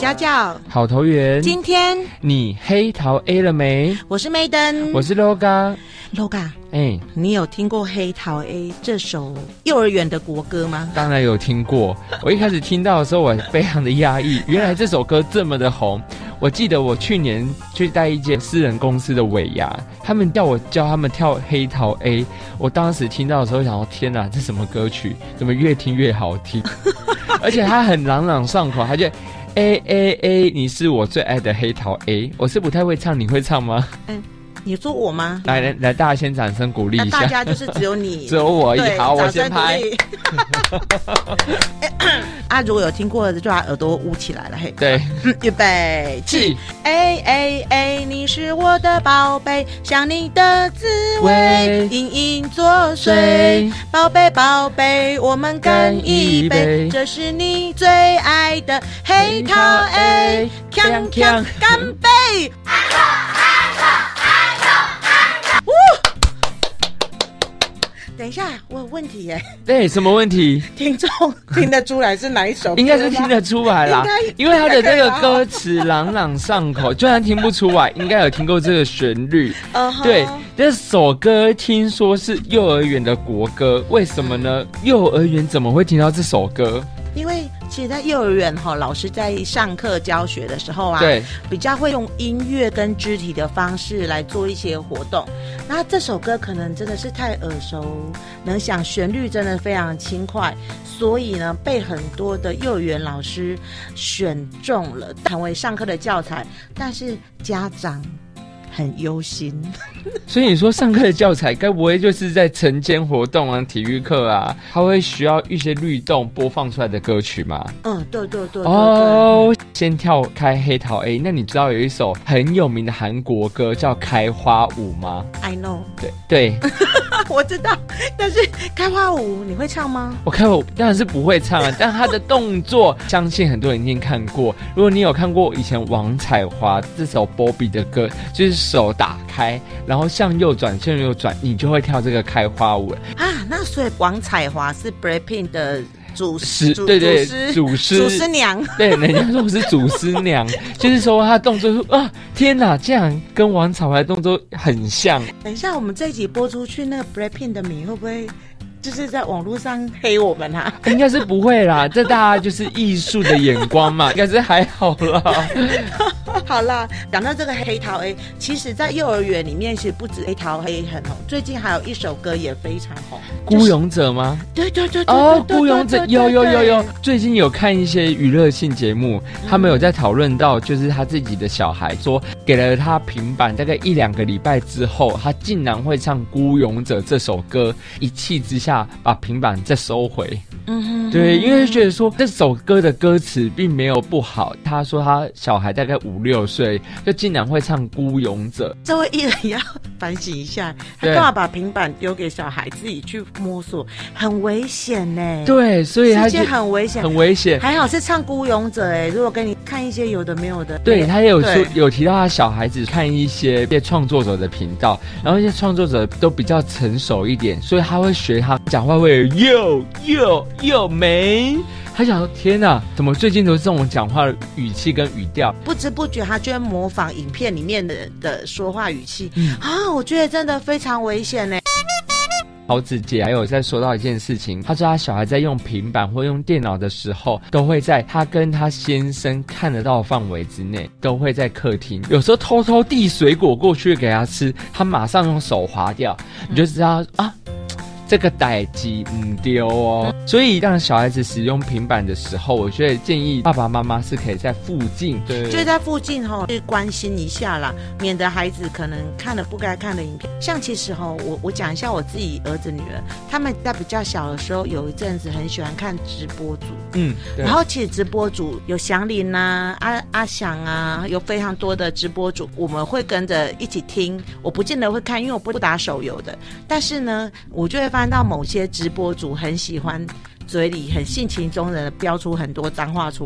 家教， 好投缘。 今天你黑桃 A 了没？ 我是梅登， 我是 Loga。Loga， 你有听过《黑桃 A》这首幼儿园的国歌吗？ 当然有听过。我一开始听到的时候，我非常的压抑，原来这首歌这么的红。我记得我去年去带一间私人公司的尾牙，他们叫我教他们跳黑桃 A， 我当时听到的时候想说，天哪，这什么歌曲？怎么越听越好听？而且它很朗朗上口，它就 A， 你是我最爱的黑桃 A。我是不太会唱，你会唱吗？ 你说我吗？ 来，大家先掌声鼓励一下。 大家就是只有你， 只有我而已。好，我先拍。 如果有听过的，就把耳朵捂起来了。嘿， 对， 预备起。A， 你是我的宝贝，想你的滋味，隐隐作祟。宝贝宝贝，我们干一杯，这是你最爱的黑桃 A， 锵锵干杯！等一下，我有问题耶。 对，什么问题？ 听众听得出来是哪一首歌？ 应该是听得出来啦，因为他的这个歌词朗朗上口，就算听不出来，应该有听过这个旋律。对，这首歌听说是幼儿园的国歌，为什么呢？幼儿园怎么会听到这首歌？ 因为其实在幼儿园老师在上课教学的时候啊， 对， 比较会用音乐跟肢体的方式来做一些活动。那这首歌可能真的是太耳熟能详，旋律真的非常轻快，所以呢被很多的幼儿园老师选中了，成为上课的教材。但是家长很忧心。 所以你说上课的教材该不会就是在晨间活动啊、体育课啊，它会需要一些律动播放出来的歌曲吗？ 对。 先跳开黑桃 A， 那你知道有一首很有名的韩国歌叫《开花舞》吗？ I know。 对我知道，但是开花舞你会唱吗？ 我开花舞当然是不会唱啊，但他的动作相信很多人一定看过。如果你有看过以前王彩华这首 Bobby 的歌，就是手打开然后向右转，你就会跳这个开花舞啊。那所以王彩华是 BLACKPINK 的祖师娘。 对，人家说我是祖师娘，就是说他动作天哪，这样跟王彩华的动作很像。 等一下我们这一集播出去，那个 BLACKPINK 的名会不会就是在网络上黑我们啊？ 应该是不会啦，这大家就是艺术的眼光嘛，应该是还好啦。 好啦，讲到这个黑桃 A， 其实在幼儿园里面其实不止黑桃 A 很红，最近还有一首歌也非常红， 孤勇者吗？ 对孤勇者有，最近有看一些娱乐性节目，他们有在讨论到，就是他自己的小孩说给了他平板，大概1-2个礼拜之后，他竟然会唱孤勇者这首歌，一气之下把平板再收回。对，因为觉得说这首歌的歌词并没有不好，他说他小孩大概5-6岁，就竟然会唱孤勇者。 这位艺人也要反省一下，他干嘛把平板丢给小孩自己去摸索，很危险呢。 对，所以他世界很危险， 很危险。 还好是唱孤勇者如果跟你看一些有的没有的， 对，他也有提到他小孩子看一些创作者的频道，然后一些创作者都比较成熟一点，所以他会学他讲话会又没。他想说天哪，怎么最近都是这种讲话的语气跟语调， 不知不觉他就会模仿影片里面的人的说话语气。我觉得真的非常危险呢。 桃子姐还有在说到一件事情，她说她小孩在用平板或用电脑的时候，都会在她跟她先生看得到的范围之内，都会在客厅，有时候偷偷递水果过去给她吃，她马上用手划掉，你就知道这个代志不丢哦。所以让小孩子使用平板的时候，我觉得建议爸爸妈妈是可以在附近，对， 就在附近去关心一下啦，免得孩子可能看了不该看的影片。像其实我讲一下我自己儿子女儿，他们在比较小的时候，有一阵子很喜欢看直播主，然后其实直播主有祥林啊、阿翔啊，有非常多的直播主，我们会跟着一起听。我不见得会看，因为我不打手游的，但是呢，我就会发现到某些直播主很喜欢嘴里很性情中人的飙出很多脏话出来。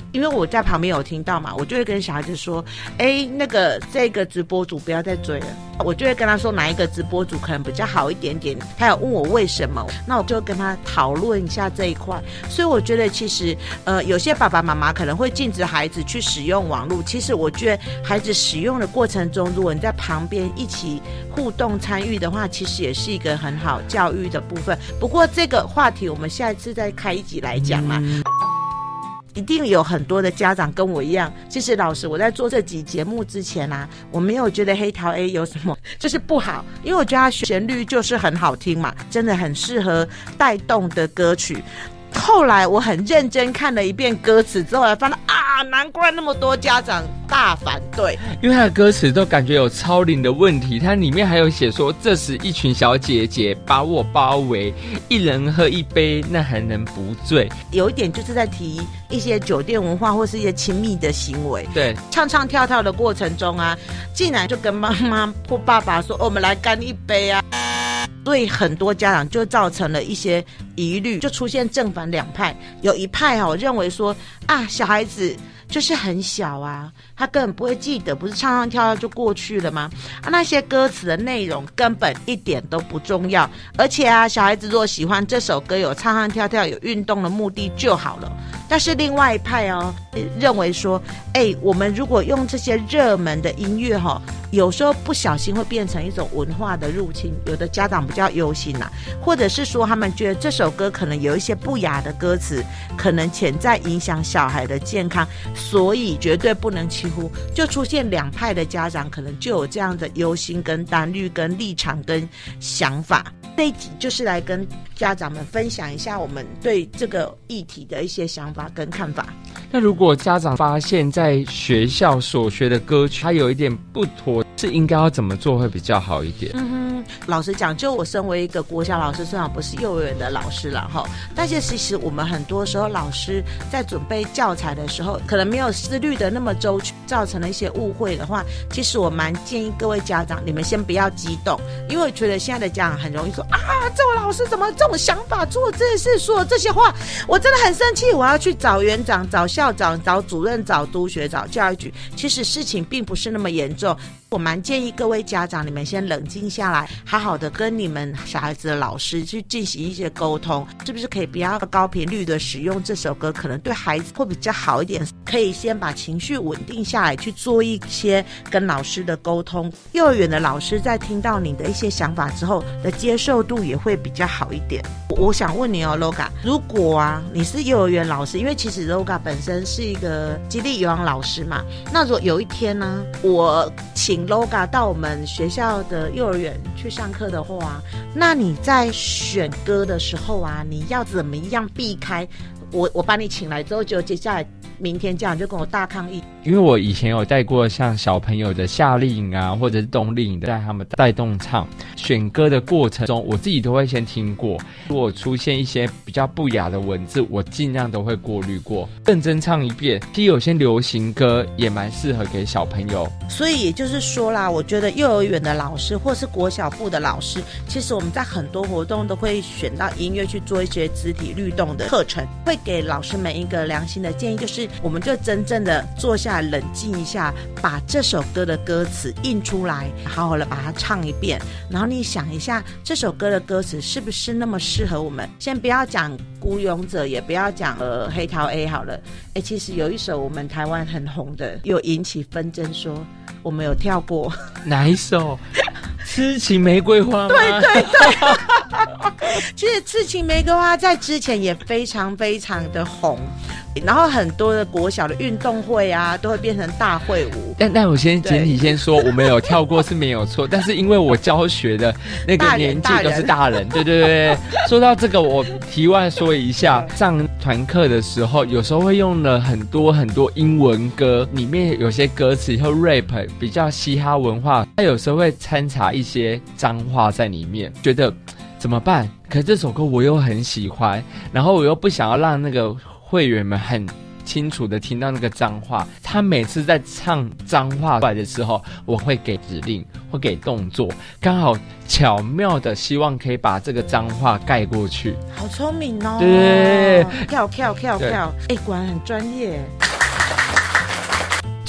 因为我在旁边有听到嘛，我就会跟小孩子说，这个直播主不要再追了。我就会跟他说哪一个直播主可能比较好一点点，他有问我为什么，那我就跟他讨论一下这一块。所以我觉得其实有些爸爸妈妈可能会禁止孩子去使用网络，其实我觉得孩子使用的过程中，如果你在旁边一起互动参与的话，其实也是一个很好教育的部分。不过这个话题我们下一次再开一集来讲啦。一定有很多的家长跟我一样，其实老师我在做这集节目之前啊，我没有觉得黑桃 A 有什么就是不好，因为我觉得它旋律就是很好听嘛，真的很适合带动的歌曲。后来我很认真看了一遍歌词之后，才发现难怪那么多家长大反对， 因为他的歌词都感觉有超龄的问题。它里面还有写说，这时一群小姐姐把我包围，一人喝一杯，那还能不醉？ 有一点就是在提一些酒店文化或是一些亲密的行为。 对， 唱唱跳跳的过程中啊，竟然就跟妈妈或爸爸说，我们来干一杯啊。所以很多家长就造成了一些疑虑，就出现正反两派。有一派认为说小孩子就是很小啊，他根本不会记得，不是唱唱跳跳就过去了吗？那些歌词的内容根本一点都不重要，而且小孩子如果喜欢这首歌，有唱唱跳跳有运动的目的就好了。但是另外一派认为说，我们如果用这些热门的音乐有时候不小心会变成一种文化的入侵，有的家长比较忧心或者是说他们觉得这首歌可能有一些不雅的歌词，可能潜在影响小孩的健康，所以绝对不能轻忽。就出现两派的家长可能就有这样的忧心跟担虑跟立场跟想法。这一集就是来跟家长们分享一下我们对这个议题的一些想法跟看法。 那如果家长发现在学校所学的歌曲它有一点不妥，是应该要怎么做会比较好一点？ 老实讲，就我身为一个国小老师，虽然不是幼儿园的老师了但是其实我们很多时候老师在准备教材的时候，可能没有思虑的那么周全，造成了一些误会的话，其实我蛮建议各位家长，你们先不要激动，因为我觉得现在的家长很容易说这位老师怎么这种想法，做这事说这些话，我真的很生气，我要去找园长找校长找主任找督学找教育局。其实事情并不是那么严重，我蛮建议各位家长，你们先冷静下来，好好的跟你们小孩子的老师去进行一些沟通，是不是可以不要高频率的使用这首歌，可能对孩子会比较好一点，可以先把情绪稳定下来，去做一些跟老师的沟通。幼儿园的老师在听到你的一些想法之后的接受度也会比较好一点。我想问你Loga， 如果你是幼儿园老师，因为其实 Loga 本身是一个激励有氧老师嘛，那如果有一天呢，我请 Loga 到我们学校的幼儿园去上课的话，那你在选歌的时候你要怎么样避开我把你请来之后，就接下来明天这样就跟我大抗议？ 因为我以前有带过像小朋友的夏令营或者是冬令营，带他们带动唱，选歌的过程中我自己都会先听过，如果出现一些比较不雅的文字，我尽量都会过滤过，认真唱一遍。其实有些流行歌也蛮适合给小朋友。 所以也就是说啦，我觉得幼儿园的老师或是国小部的老师，其实我们在很多活动都会选到音乐去做一些肢体律动的课程，会给老师们一个良心的建议，就是我们就真正的坐下来冷静一下，把这首歌的歌词印出来，好好的把它唱一遍，然后你想一下这首歌的歌词是不是那么适合我们。先不要讲孤勇者，也不要讲黑桃 A 好了，其实有一首我们台湾很红的，有引起纷争，说我们有跳过。 哪一首？痴情玫瑰花吗？ 对对对其实痴情玫瑰花在之前也非常非常的红，然后很多的国小的运动会都会变成大会舞。 但我先简体先说，我们有跳过是没有错，但是因为我教学的那个年纪都是大人，对对对。说到这个，我题外说一下，上团课的时候，有时候会用了很多很多英文歌，里面有些歌词或 rap 比较嘻哈文化，它有时候会掺杂一些脏话在里面，觉得怎么办？可是这首歌我又很喜欢，然后我又不想要让那个会员们很清楚的听到那个脏话，他每次在唱脏话出来的时候，我会给指令，会给动作，刚好巧妙的希望可以把这个脏话盖过去。 好聪明哦！ 对， 跳，果然很专业。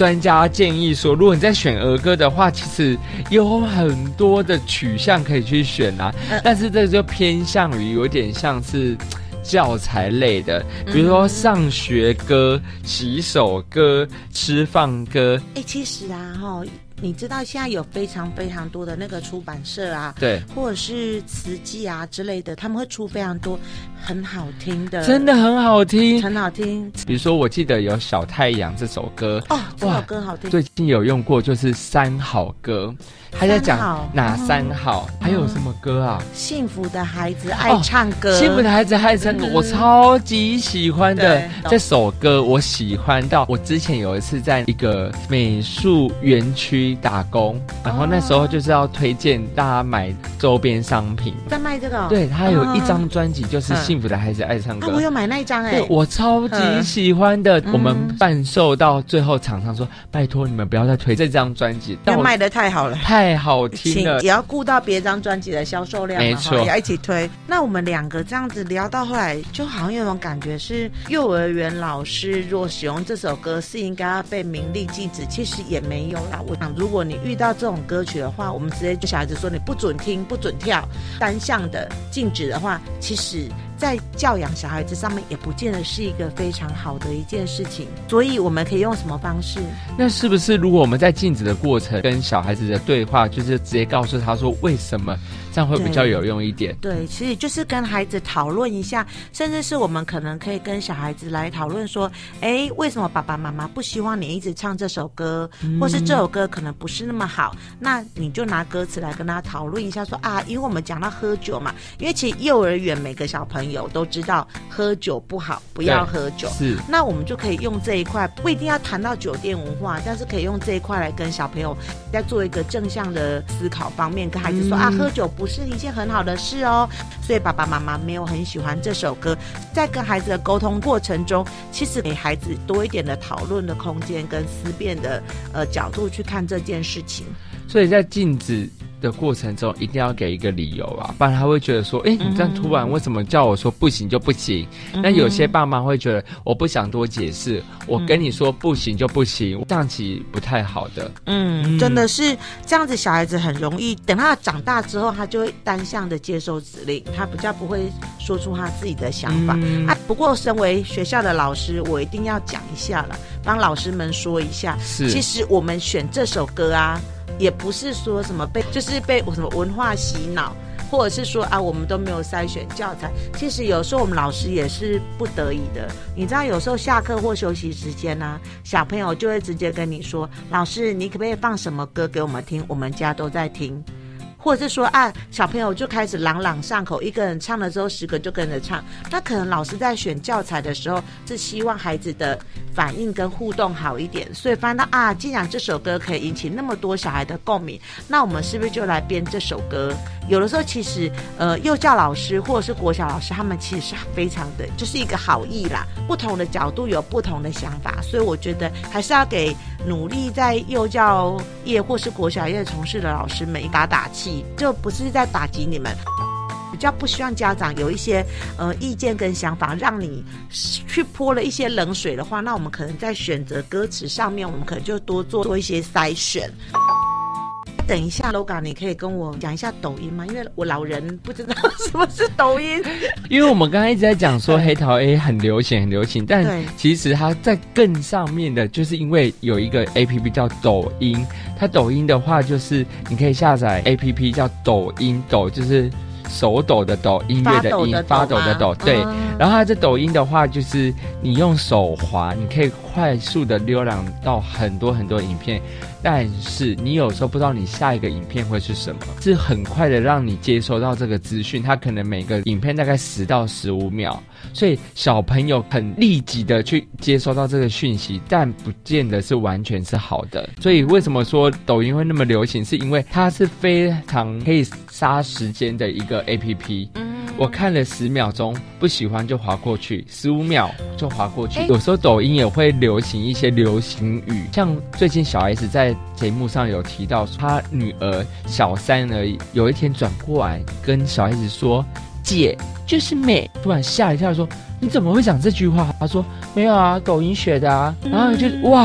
专家建议说，如果你在选儿歌的话，其实有很多的取向可以去选啊，但是这就偏向于有点像是教材类的，比如说上学歌、洗手歌、吃饭歌。 其实啊，你知道现在有非常非常多的那个出版社啊， 对， 或者是词记啊之类的，他们会出非常多很好听的， 真的很好听， 很好听。 比如说，我记得有《小太阳》这首歌， 这首歌好听。 最近有用过，就是三好歌，他在讲哪三好，还有什么歌啊？ 幸福的孩子爱唱歌， 幸福的孩子爱唱歌，我超级喜欢的这首歌，我喜欢到我之前有一次在一个美术园区打工，然后那时候就是要推荐大家买周边商品， 在卖这个。 对，他有一张专辑就是《幸福的孩子爱唱歌》， 我有买那一张对，我超级喜欢的。我们贩售到最后，厂商说拜托你们不要再推这张专辑， 因为卖得太好了， 太好听了， 也要顾到别张专辑的销售量， 没错， 也要一起推。那我们两个这样子聊到后来，就好像有种感觉是，幼儿园老师若使用这首歌是应该要被明令禁止，其实也没有啦。我想，如果你遇到这种歌曲的话，我们直接就小孩子说你不准听、不准跳，单向的禁止的话，其实在教养小孩子上面也不见得是一个非常好的一件事情。所以我们可以用什么方式？ 那是不是如果我们在禁止的过程跟小孩子的对话，就是直接告诉他说为什么，这样会比较有用一点？ 对，其实就是跟孩子讨论一下，甚至是我们可能可以跟小孩子来讨论说，为什么爸爸妈妈不希望你一直唱这首歌，或是这首歌可能不是那么好，那你就拿歌词来跟他讨论一下说因为我们讲到喝酒嘛，因为其实幼儿园每个小朋友都知道喝酒不好，不要喝酒， 是， 那我们就可以用这一块，不一定要谈到酒店文化，但是可以用这一块来跟小朋友在做一个正向的思考方面，跟孩子说喝酒不是一件很好的事哦，所以爸爸妈妈没有很喜欢这首歌。在跟孩子的沟通过程中，其实给孩子多一点的讨论的空间跟思辨的角度去看这件事情。 所以在禁止的过程中一定要给一个理由啊，不然他会觉得说你这样突然为什么叫我说不行就不行？那有些爸妈会觉得我不想多解释，我跟你说不行就不行，这样其实不太好的。 真的是这样子，小孩子很容易等他长大之后，他就会单向的接受指令，他比较不会说出他自己的想法。不过身为学校的老师，我一定要讲一下了，帮老师们说一下，其实我们选这首歌也不是说什么被什么文化洗脑，或者是说我们都没有筛选教材。其实有时候我们老师也是不得已的，你知道有时候下课或休息时间小朋友就会直接跟你说，老师你可不可以放什么歌给我们听，我们家都在听。或者是说小朋友就开始朗朗上口，一个人唱了之后10个就跟着唱。那可能老师在选教材的时候是希望孩子的反应跟互动好一点，所以发现到既然这首歌可以引起那么多小孩的共鸣，那我们是不是就来编这首歌？有的时候其实幼教老师或者是国小老师，他们其实是非常的就是一个好意啦，不同的角度有不同的想法，所以我觉得还是要给努力在幼教业或是国小业从事的老师们打气，就不是在打击你们。比较不希望家长有一些意见跟想法，让你去泼了一些冷水的话，那我们可能在选择歌词上面，我们可能就多做一些筛选。等一下 Loga 你可以跟我讲一下抖音吗？因为我老人不知道什么是抖音。 因为我们刚刚一直在讲说黑桃 A 很流行，但其实它在更上面的，就是因为有一个 APP 叫抖音，它抖音的话就是你可以下载 APP 叫抖音，抖就是手抖的抖，音乐的音，发抖的抖，对。然后它这抖音的话，就是你用手滑，你可以快速的浏览到很多很多影片，但是你有时候不知道你下一个影片会是什么，是很快的让你接收到这个资讯，它可能每个影片大概10到15秒，所以小朋友很立即的去接收到这个讯息，但不见得是完全是好的。所以为什么说抖音会那么流行，是因为它是非常可以杀时间的一个 APP。我看了10秒钟，不喜欢就滑过去，15秒就滑过去。有时候抖音也会流行一些流行语，像最近小 S 在节目上有提到，她女儿小3而已，有一天转过来跟小 S 说：“姐就是美。”突然吓一跳说：“你怎么会讲这句话？”她说：“没有啊，抖音学的啊。”然后就哇。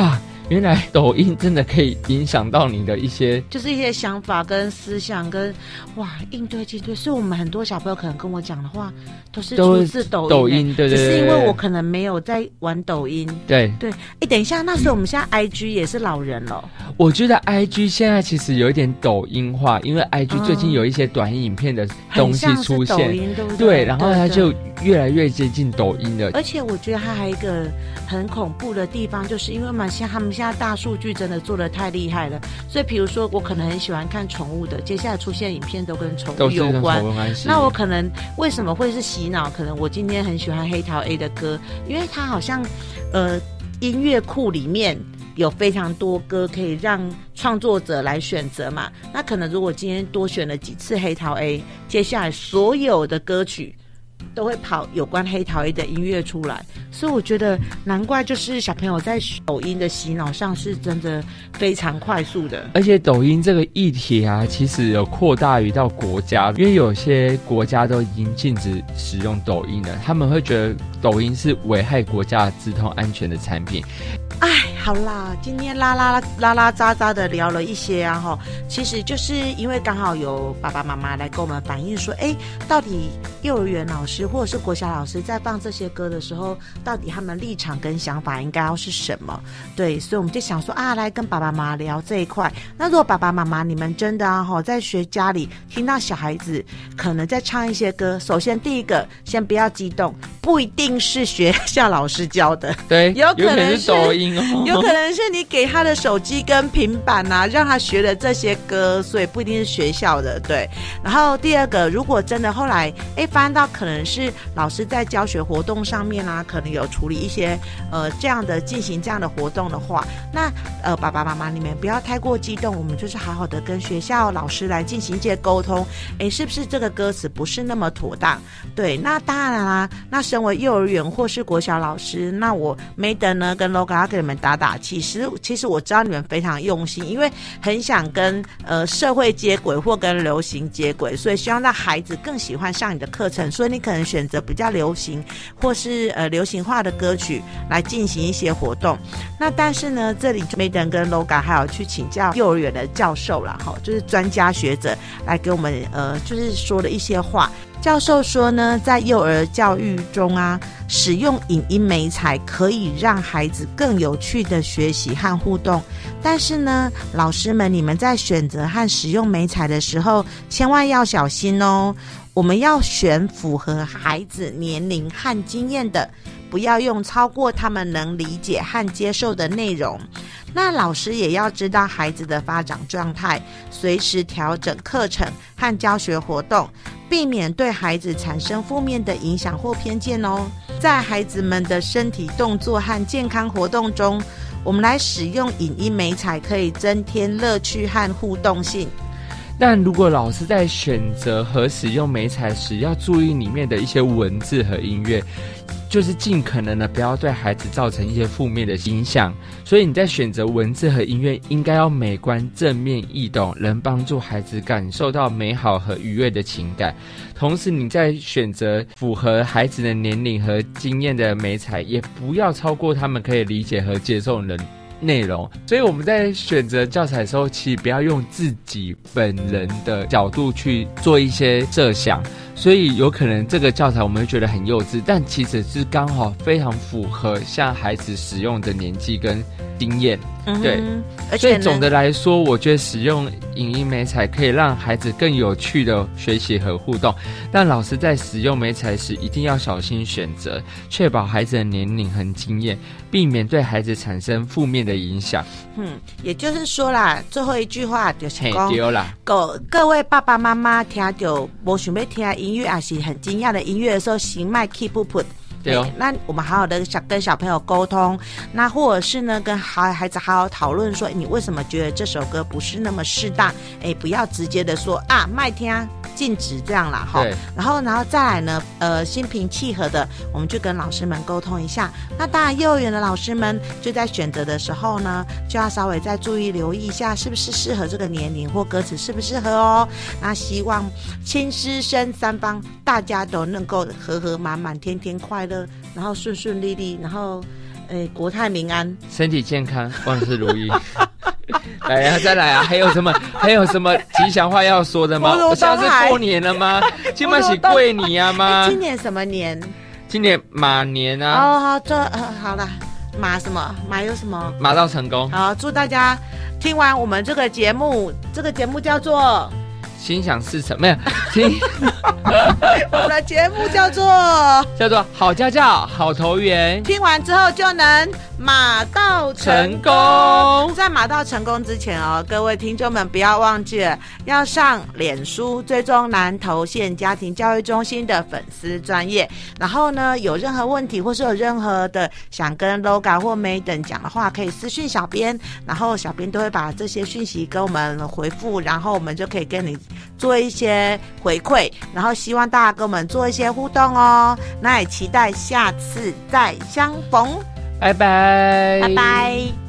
原来抖音真的可以影响到你的一些， 就是一些想法跟思想跟应对进退。所以我们很多小朋友可能跟我讲的话都是出自抖音， 对对对， 只是因为我可能没有在玩抖音。 对对，等一下，那时候我们现在 IG 也是老人了。 我觉得 IG 现在其实有一点抖音化，因为 IG 最近有一些短影片的东西出现， 抖音对不对？ 对，然后它就越来越接近抖音了。 而且我觉得它还有一个很恐怖的地方，就是因为他们现在大数据真的做得太厉害了，所以比如说我可能很喜欢看宠物的，接下来出现影片都跟宠物有关，那我可能为什么会是洗脑？可能我今天很喜欢黑桃 A 的歌，因为它好像音乐库里面有非常多歌可以让创作者来选择嘛，那可能如果今天多选了几次黑桃 A， 接下来所有的歌曲都会跑有关黑桃 A 的音乐出来，所以我觉得难怪就是小朋友在抖音的洗脑上是真的非常快速的。 而且抖音这个议题啊，其实有扩大于到国家，因为有些国家都已经禁止使用抖音了，他们会觉得抖音是危害国家资通安全的产品。 好啦，今天拉杂杂的聊了一些啊，其实就是因为刚好有爸爸妈妈来跟我们反映说，到底幼儿园老师或者是国小老师在放这些歌的时候，到底他们立场跟想法应该要是什么？对，所以我们就想说来跟爸爸妈妈聊这一块。那如果爸爸妈妈你们真的在学家里听到小孩子可能在唱一些歌，首先第一个先不要激动，不一定是学校老师教的， 对， 有可能是抖音有可能是你给他的手机跟平板让他学了这些歌，所以不一定是学校的。对，然后第二个，如果真的后来发现到可能是老师在教学活动上面可能有处理一些这样的进行这样的活动的话，那爸爸妈妈你们不要太过激动，我们就是好好的跟学校老师来进行一些沟通，是不是这个歌词不是那么妥当？对，那当然啦，那身为幼儿园或是国小老师，那我Madam呢跟 Loga 要给你们打气。其实我知道你们非常用心，因为很想跟社会接轨或跟流行接轨，所以希望让孩子更喜欢上你的课程，所以你可能选择比较流行或是流行化的歌曲来进行一些活动。那但是呢，这里Madam跟 Loga 还有去请教幼儿园的教授啦，就是专家学者来给我们就是说了一些话。教授说呢，在幼儿教育中使用影音媒材可以让孩子更有趣的学习和互动，但是呢，老师们你们在选择和使用媒材的时候千万要小心哦，我们要选符合孩子年龄和经验的，不要用超过他们能理解和接受的内容。那老师也要知道孩子的发展状态，随时调整课程和教学活动，避免对孩子产生负面的影响或偏见哦。在孩子们的身体动作和健康活动中，我们来使用影音媒材可以增添乐趣和互动性。 但如果老师在选择和使用媒材时，要注意里面的一些文字和音乐，就是尽可能的不要对孩子造成一些负面的影响。所以你在选择文字和音乐应该要美观、正面、易懂，能帮助孩子感受到美好和愉悦的情感。同时你在选择符合孩子的年龄和经验的媒材，也不要超过他们可以理解和接受的内容。所以我们在选择教材的时候，其实不要用自己本人的角度去做一些设想，所以有可能这个教材我们会觉得很幼稚，但其实是刚好非常符合像孩子使用的年纪跟经验。对，所以总的来说，我觉得使用影音媒材可以让孩子更有趣的学习和互动，但老师在使用媒材时一定要小心选择，确保孩子的年龄和经验，避免对孩子产生负面的影响。 也就是说啦，最后一句话就是说， 各位爸爸妈妈听到没想要听音乐还是很惊讶的音乐的时候，请卖 keep put。那我们好好的跟小朋友沟通，那或者是呢跟孩子好好讨论说，你为什么觉得这首歌不是那么适当？不要直接的说卖听禁止这样啦齁。然后再来呢心平气和的，我们就跟老师们沟通一下。那当然幼儿园的老师们就在选择的时候呢，就要稍微再注意留意一下是不是适合这个年龄，或歌词适不适合哦。那希望亲师生三方大家都能够和和满满，天天快乐，然后顺顺利利，然后国泰民安， 身体健康，万事如意。来呀，再来啊！还有什么吉祥话要说的吗？ 不如现在是过年了吗？今晚是贵你啊吗？ 今年什么年？ 今年马年啊。 哦，好，好了，马什么？马有什么？ 马到成功。 好，祝大家听完我们这个节目叫做心想事成，没有听。 我们的节目叫做好家教好投缘， 听完之后就能马到成功。在马到成功之前哦，各位听众们不要忘记了要上脸书追踪南投县家庭教育中心的粉丝专页，然后呢有任何问题或是有任何的想跟 Loga 或 Maiden 讲的话，可以私讯小编，然后小编都会把这些讯息跟我们回复，然后我们就可以跟你做一些回馈，然后希望大家跟我们做一些互动哦。那也期待下次再相逢， 拜拜， 拜拜。